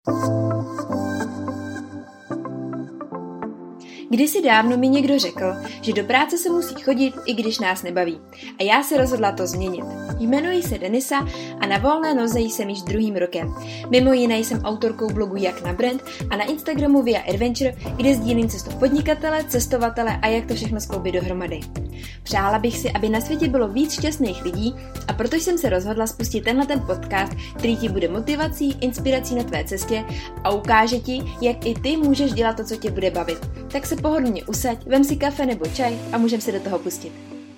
Kdysi dávno mi někdo řekl, že do práce se musí chodit, i když nás nebaví. A já se rozhodla to změnit. Jmenuji se Denisa a na volné noze jsem již 2. rokem. Mimo jiné jsem autorkou blogu Jak na brand a na Instagramu Via Adventure, kde sdílím cestu podnikatele, cestovatele a jak to všechno skloubit dohromady. Přála bych si, aby na světě bylo víc šťastných lidí, a proto jsem se rozhodla spustit tenhle podcast, který ti bude motivací, inspirací na tvé cestě a ukáže ti, jak i ty můžeš dělat to, co tě bude bavit. Tak se pohodlně usaď, vem si kafe nebo čaj a můžeme se do toho pustit.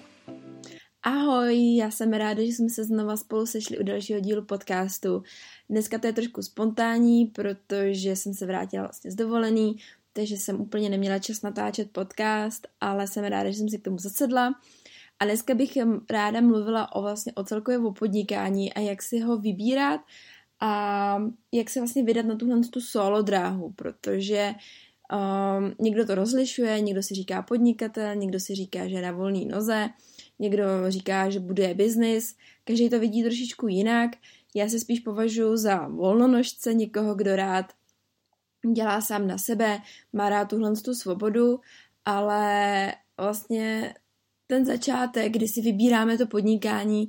Ahoj, já jsem ráda, že jsme se znova spolu sešli u dalšího dílu podcastu. Dneska to je trošku spontánní, protože jsem se vrátila vlastně z dovolený, takže jsem úplně neměla čas natáčet podcast, ale jsem ráda, že jsem si k tomu zasedla. A dneska bych ráda mluvila o celkově o podnikání a jak si ho vybírat a jak se vlastně vydat na tu solo dráhu, protože někdo to rozlišuje, někdo si říká podnikatel, někdo si říká, že je na volné noze, někdo říká, že buduje biznis, každý to vidí trošičku jinak. Já se spíš považuji za volnonožce, někoho, kdo rád dělá sám na sebe, má rád tu svobodu, ale vlastně ten začátek, kdy si vybíráme to podnikání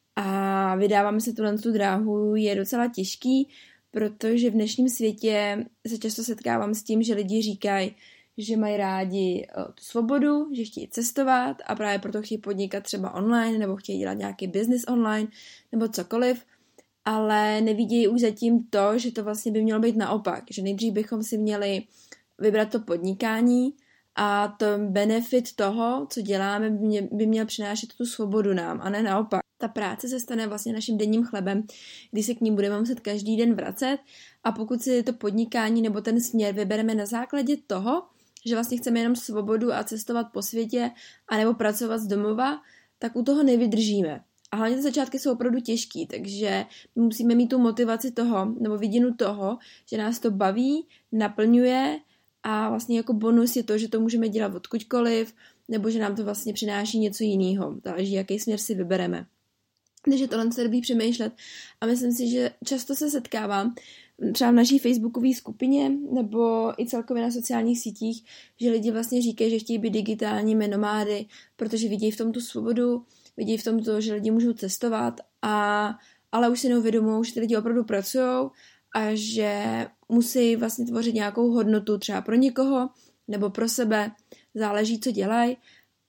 a vydáváme se tu dráhu, je docela těžký, protože v dnešním světě se často setkávám s tím, že lidi říkají, že mají rádi tu svobodu, že chtějí cestovat a právě proto chtějí podnikat třeba online nebo chtějí dělat nějaký business online nebo cokoliv, ale nevidí už zatím to, že to vlastně by mělo být naopak, že nejdřív bychom si měli vybrat to podnikání a to benefit toho, co děláme, by měl přinášet tu svobodu nám a ne naopak. Ta práce se stane vlastně naším denním chlebem, kdy se k ní budeme muset každý den vracet, a pokud si to podnikání nebo ten směr vybereme na základě toho, že vlastně chceme jenom svobodu a cestovat po světě anebo pracovat z domova, tak u toho nevydržíme. A hlavně ty začátky jsou opravdu těžký, takže musíme mít tu motivaci toho, nebo vidinu toho, že nás to baví, naplňuje a vlastně jako bonus je to, že to můžeme dělat odkudkoliv, nebo že nám to vlastně přináší něco jiného. Záleží, jaký směr si vybereme. Takže tohle se dobrý přemýšlet a myslím si, že často se setkávám třeba v naší facebookové skupině nebo i celkově na sociálních sítích, že lidi vlastně říkají, že chtějí být digitálními nomády, protože vidí v tom tu svobodu, vidí v tom to, že lidi můžou cestovat, ale už si neuvědomují, že ty lidi opravdu pracují a že musí vlastně tvořit nějakou hodnotu třeba pro někoho nebo pro sebe, záleží, co dělají,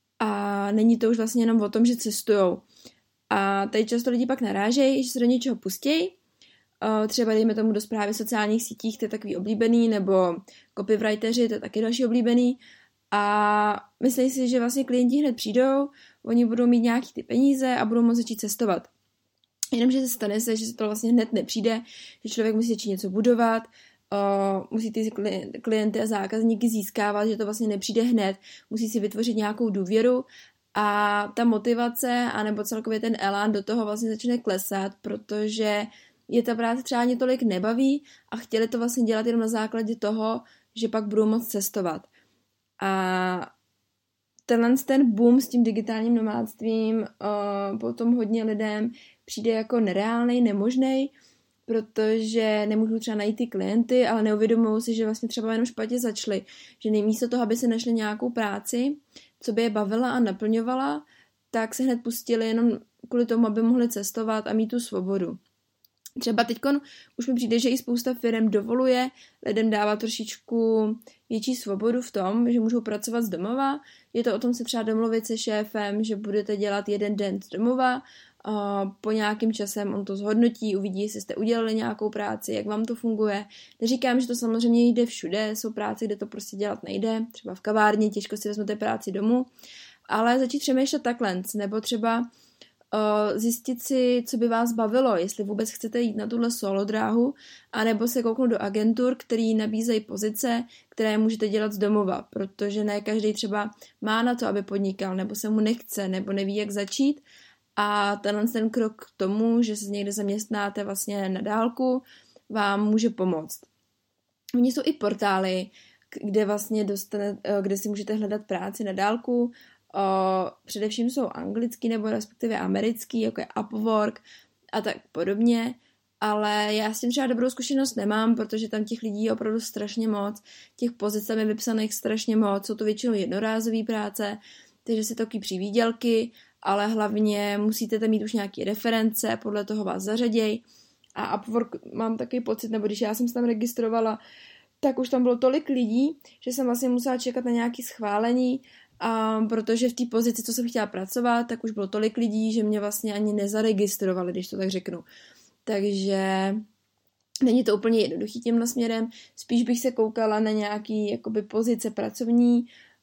a není to už vlastně jenom o tom, že cestujou. A tady často lidi pak narážejí, že se do něčeho pustějí, třeba dejme tomu do zprávy sociálních sítích, to je takový oblíbený, nebo copywriteri, to je taky další oblíbený, a myslím si, že vlastně klienti hned přijdou, oni budou mít nějaký ty peníze a budou moct začít cestovat. Jenomže se stane se, že se to vlastně hned nepřijde, že člověk musí začít něco budovat, musí ty klienty a zákazníky získávat, že to vlastně nepřijde hned, musí si vytvořit nějakou důvěru a ta motivace anebo celkově ten elán do toho vlastně začne klesat, protože je ta práce třeba ani tolik nebaví a chtěli to vlastně dělat jenom na základě toho, že pak budou moct cestovat. A ten boom s tím digitálním nomádstvím potom hodně lidem přijde jako nereálnej, nemožnej, protože nemůžou třeba najít ty klienty, ale neuvědomují si, že vlastně třeba jenom špatně začali, že místo toho, aby se našli nějakou práci, co by je bavila a naplňovala, tak se hned pustili jenom kvůli tomu, aby mohli cestovat a mít tu svobodu. Třeba teďkon už mi přijde, že i spousta firem dovoluje lidem dávat trošičku větší svobodu v tom, že můžou pracovat z domova. Je to o tom se třeba domluvit se šéfem, že budete dělat 1 den z domova, po nějakým časem on to zhodnotí, uvidí, jestli jste udělali nějakou práci, jak vám to funguje. Neříkám, že to samozřejmě jde všude, jsou práce, kde to prostě dělat nejde, třeba v kavárně, těžko si vezmete práci domů, ale začít přemýšlet takhle, nebo třeba zjistit si, co by vás bavilo, jestli vůbec chcete jít na tuhle solo dráhu, anebo se kouknout do agentur, který nabízejí pozice, které můžete dělat z domova, protože ne každý třeba má na to, aby podnikal, nebo se mu nechce, nebo neví, jak začít, a ten krok k tomu, že se někde zaměstnáte vlastně na dálku, vám může pomoct. Oni jsou i portály, kde vlastně kde si můžete hledat práci na dálku. Především jsou anglický nebo respektive americký, jako je Upwork a tak podobně. ale já s tím třeba dobrou zkušenost nemám, protože tam těch lidí je opravdu strašně moc, těch pozic tam je vypsaných strašně moc, jsou to většinou jednorázové práce, takže si taky výdělky, ale hlavně musíte tam mít už nějaké reference, podle toho vás zařaděj. A Upwork mám takový pocit, nebo když já jsem se tam registrovala, tak už tam bylo tolik lidí, že jsem vlastně musela čekat na nějaké schválení, a protože v té pozici, co jsem chtěla pracovat, tak už bylo tolik lidí, že mě vlastně ani nezaregistrovali, když to tak řeknu. Takže není to úplně jednoduchý tímhle směrem, spíš bych se koukala na nějaký jakoby pozice pracovní.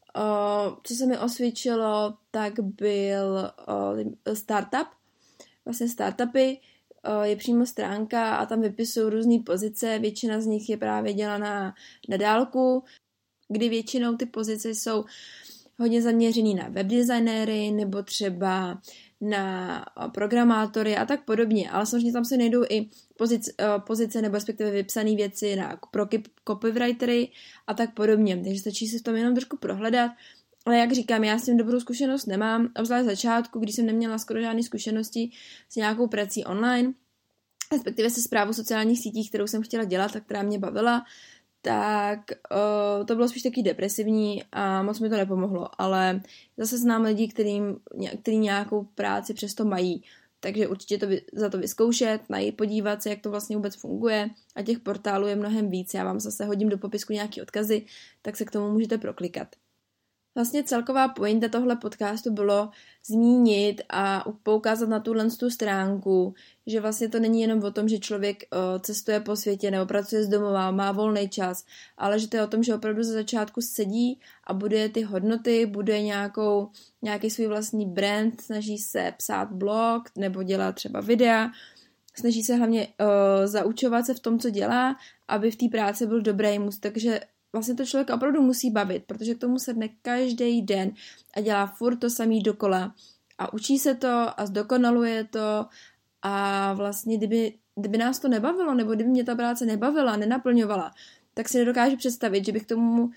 Co se mi osvědčilo, tak byl startup, vlastně startupy, je přímo stránka a tam vypisují různé pozice, většina z nich je právě dělaná na dálku, kdy většinou ty pozice jsou hodně zaměřený na webdesignéry nebo třeba na programátory a tak podobně, ale samozřejmě tam se nejdou i pozice nebo respektive vypsané věci pro copywritery a tak podobně, takže stačí se v tom jenom trošku prohledat, ale jak říkám, já s tím dobrou zkušenost nemám, obzvlášť v začátku, když jsem neměla skoro žádné zkušenosti s nějakou prací online, respektive se správou sociálních sítí, kterou jsem chtěla dělat a která mě bavila, tak to bylo spíš taky depresivní a moc mi to nepomohlo, ale zase znám lidi, kteří nějakou práci přesto mají, takže určitě to za to vyzkoušet, najít, podívat se, jak to vlastně vůbec funguje a těch portálů je mnohem víc, já vám zase hodím do popisku nějaké odkazy, tak se k tomu můžete proklikat. Vlastně celková pointa tohle podcastu bylo zmínit a poukázat na tuhle stránku, že vlastně to není jenom o tom, že člověk cestuje po světě nebo pracuje z domova, má volný čas, ale že to je o tom, že opravdu ze začátku sedí a buduje ty hodnoty, buduje nějaký svůj vlastní brand, snaží se psát blog nebo dělat třeba videa, snaží se hlavně zaučovat se v tom, co dělá, aby v té práci byl dobrý takže vlastně to člověk opravdu musí bavit, protože k tomu sedne každý den a dělá furt to samý dokola a učí se to a zdokonaluje to a vlastně kdyby nás to nebavilo nebo kdyby mě ta práce nebavila, nenaplňovala, tak si nedokážu představit, že bych k tomu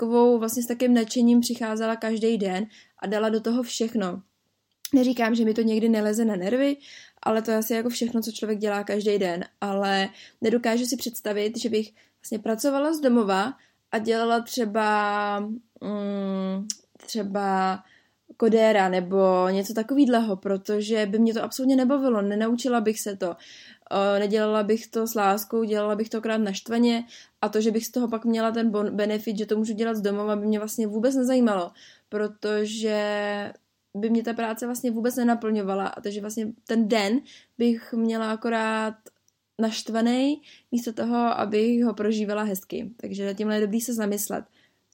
s takým nadšením přicházela každý den a dala do toho všechno. Neříkám, že mi to někdy neleze na nervy, ale to je asi jako všechno, co člověk dělá každý den, ale nedokážu si představit, že bych vlastně pracovala z domova a dělala třeba kodéra nebo něco takového, protože by mě to absolutně nebavilo, nenaučila bych se to, nedělala bych to s láskou, dělala bych to akorát naštvaně a to, že bych z toho pak měla ten benefit, že to můžu dělat z domova, by mě vlastně vůbec nezajímalo, protože by mě ta práce vlastně vůbec nenaplňovala a takže vlastně ten den bych měla akorát naštvaný, místo toho, abych ho prožívala hezky. Takže na tímhle je dobrý se zamyslet.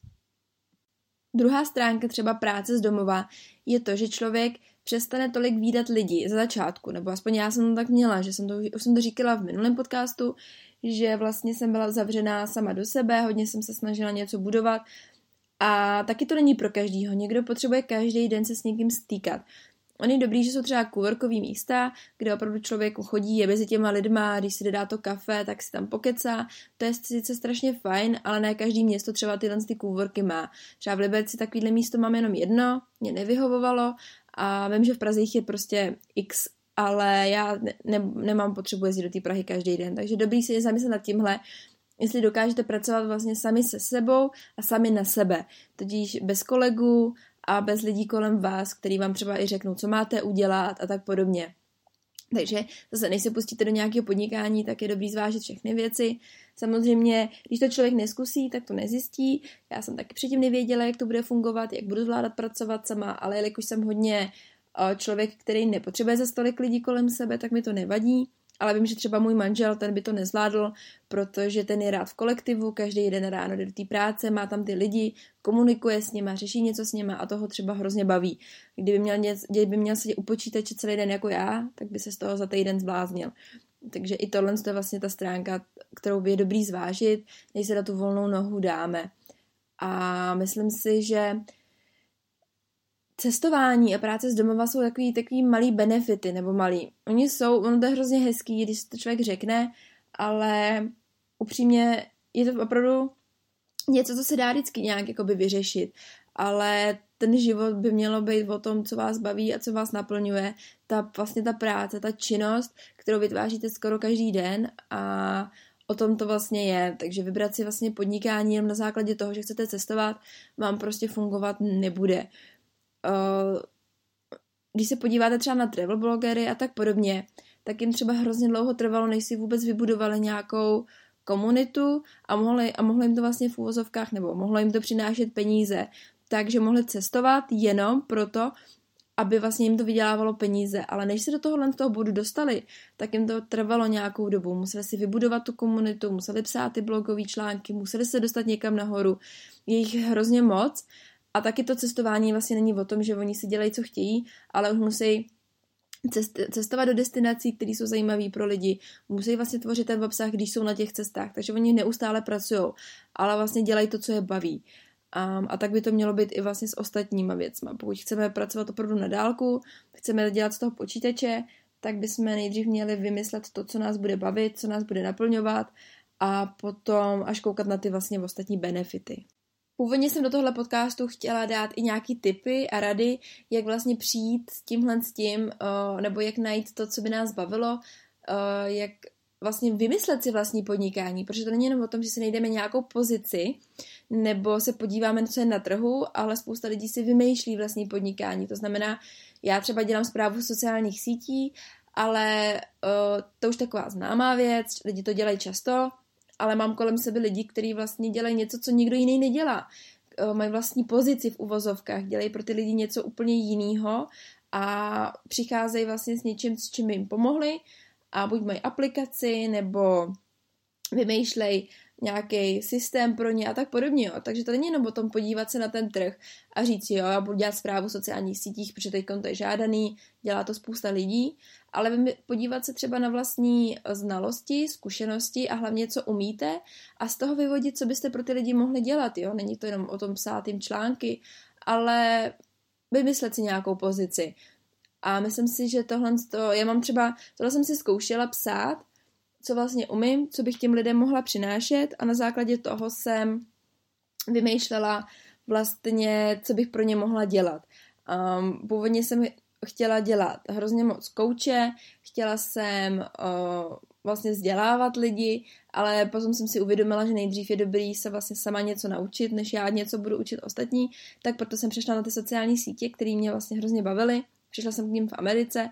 Druhá stránka třeba práce z domova je to, že člověk přestane tolik vídat lidi za začátku, nebo aspoň já jsem to tak měla, už jsem to říkala v minulém podcastu, že vlastně jsem byla zavřená sama do sebe, hodně jsem se snažila něco budovat a taky to není pro každýho. Někdo potřebuje každý den se s někým stýkat. On je dobrý, že jsou třeba coworkový místa, kde opravdu člověk chodí, je mezi těma lidma, když si dá to kafe, tak si tam pokecá. To je sice strašně fajn, ale ne každý město třeba tyhle coworky má. Třeba v Liberci takovýhle místo mám jenom jedno, mě nevyhovovalo a vím, že v Praze jich je prostě x, ale já nemám potřebu jezdit do té Prahy každý den. Takže dobrý si je zamyslet nad tímhle, jestli dokážete pracovat vlastně sami se sebou a sami na sebe. Totiž bez kolegů a bez lidí kolem vás, který vám třeba i řeknou, co máte udělat a tak podobně. Takže zase, než se pustíte do nějakého podnikání, tak je dobrý zvážit všechny věci. Samozřejmě, když to člověk neskusí, tak to nezjistí. Já jsem taky předtím nevěděla, jak to bude fungovat, jak budu zvládat pracovat sama, ale jelikož jsem hodně člověk, který nepotřebuje za tolik lidí kolem sebe, tak mi to nevadí. Ale vím, že třeba můj manžel, ten by to nezvládl, protože ten je rád v kolektivu, každý den ráno jde do té práce, má tam ty lidi, komunikuje s nima, řeší něco s nima a toho třeba hrozně baví. Kdyby měl sedět u počítače celý den jako já, tak by se z toho za týden zbláznil. Takže i tohle je vlastně ta stránka, kterou je dobrý zvážit, než se na tu volnou nohu dáme. A myslím si, že cestování a práce z domova jsou takový malý benefity, nebo malý. Ono to je hrozně hezký, když to člověk řekne, ale upřímně je to opravdu něco, co se dá vždycky nějak jakoby vyřešit. Ale ten život by mělo být o tom, co vás baví a co vás naplňuje, ta práce, ta činnost, kterou vytváříte skoro každý den a o tom to vlastně je, takže vybrat si vlastně podnikání jenom na základě toho, že chcete cestovat, vám prostě fungovat nebude. Když se podíváte třeba na travel blogery a tak podobně, tak jim třeba hrozně dlouho trvalo, než si vůbec vybudovali nějakou komunitu a mohlo jim to vlastně v úvozovkách, nebo mohlo jim to přinášet peníze, takže mohli cestovat jenom proto, aby vlastně jim to vydělávalo peníze, ale než se do toho bodu dostali, tak jim to trvalo nějakou dobu. Museli si vybudovat tu komunitu, museli psát ty blogové články, museli se dostat někam nahoru. Je jich hrozně moc a taky to cestování vlastně není o tom, že oni si dělají, co chtějí, ale už musí cestovat do destinací, které jsou zajímavé pro lidi. Musí vlastně tvořit ten obsah, když jsou na těch cestách, takže oni neustále pracují, ale vlastně dělají to, co je baví. A tak by to mělo být i vlastně s ostatníma věcma. Pokud chceme pracovat opravdu na dálku, chceme dělat z toho počítače, tak bychom nejdřív měli vymyslet to, co nás bude bavit, co nás bude naplňovat a potom až koukat na ty vlastně ostatní benefity. Původně jsem do tohle podcastu chtěla dát i nějaký tipy a rady, jak vlastně přijít s tímhle s tím, nebo jak najít to, co by nás bavilo, jak vlastně vymyslet si vlastní podnikání, protože to není jenom o tom, že si najdeme nějakou pozici, nebo se podíváme, co je na trhu, ale spousta lidí si vymýšlí vlastní podnikání. To znamená, já třeba dělám správu sociálních sítí, ale to už taková známá věc, lidi to dělají často, ale mám kolem sebe lidi, kteří vlastně dělají něco, co nikdo jiný nedělá. Mají vlastní pozici v uvozovkách, dělají pro ty lidi něco úplně jiného a přicházejí vlastně s něčím, s čím jim pomohli a buď mají aplikaci, nebo vymýšlej nějaký systém pro ně a tak podobně. Jo. Takže to není jenom o tom podívat se na ten trh a říct, jo, já budu dělat správu v sociálních sítích, protože teď to je žádaný, dělá to spousta lidí, ale podívat se třeba na vlastní znalosti, zkušenosti a hlavně, co umíte a z toho vyvodit, co byste pro ty lidi mohli dělat. Jo. Není to jenom o tom psát jim články, ale vymyslet si nějakou pozici. A myslím si, že tohle jsem si zkoušela psát, co vlastně umím, co bych těm lidem mohla přinášet a na základě toho jsem vymýšlela vlastně, co bych pro ně mohla dělat. Původně jsem chtěla dělat hrozně moc kouče, chtěla jsem vlastně vzdělávat lidi, ale potom jsem si uvědomila, že nejdřív je dobrý se vlastně sama něco naučit, než já něco budu učit ostatní, tak proto jsem přešla na ty sociální sítě, které mě vlastně hrozně bavily. Přišla jsem k ním v Americe,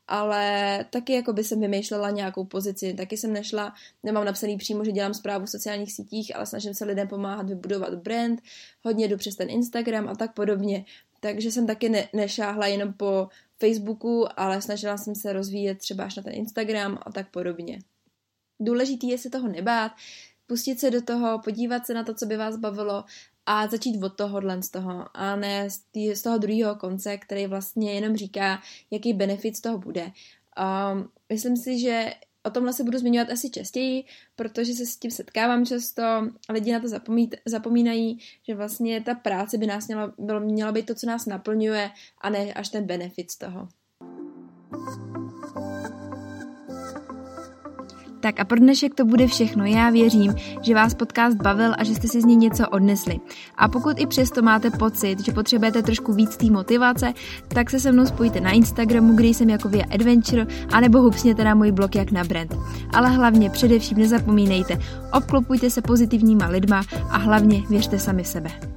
ale taky jako by jsem vymýšlela nějakou pozici, taky jsem nemám napsaný přímo, že dělám správu v sociálních sítích, ale snažím se lidem pomáhat vybudovat brand, hodně jdu přes ten Instagram a tak podobně, takže jsem taky nešáhla jenom po Facebooku, ale snažila jsem se rozvíjet třeba až na ten Instagram a tak podobně. Důležitý je se toho nebát, pustit se do toho, podívat se na to, co by vás bavilo a začít od tohohle z toho a ne z toho druhého konce, který vlastně jenom říká, jaký benefit z toho bude. Myslím si, že o tomhle se budu zmiňovat asi častěji, protože se s tím setkávám často a lidi na to zapomínají, že vlastně ta práce by nás měla být to, co nás naplňuje a ne až ten benefit z toho. Tak a pro dnešek to bude všechno. Já věřím, že vás podcast bavil a že jste si z něj něco odnesli. A pokud i přesto máte pocit, že potřebujete trošku víc té motivace, tak se se mnou spojte na Instagramu, kde jsem jako Via Adventure, anebo hupsněte na můj blog Jak na brand. Ale hlavně především nezapomínejte, obklopujte se pozitivníma lidma a hlavně věřte sami v sebe.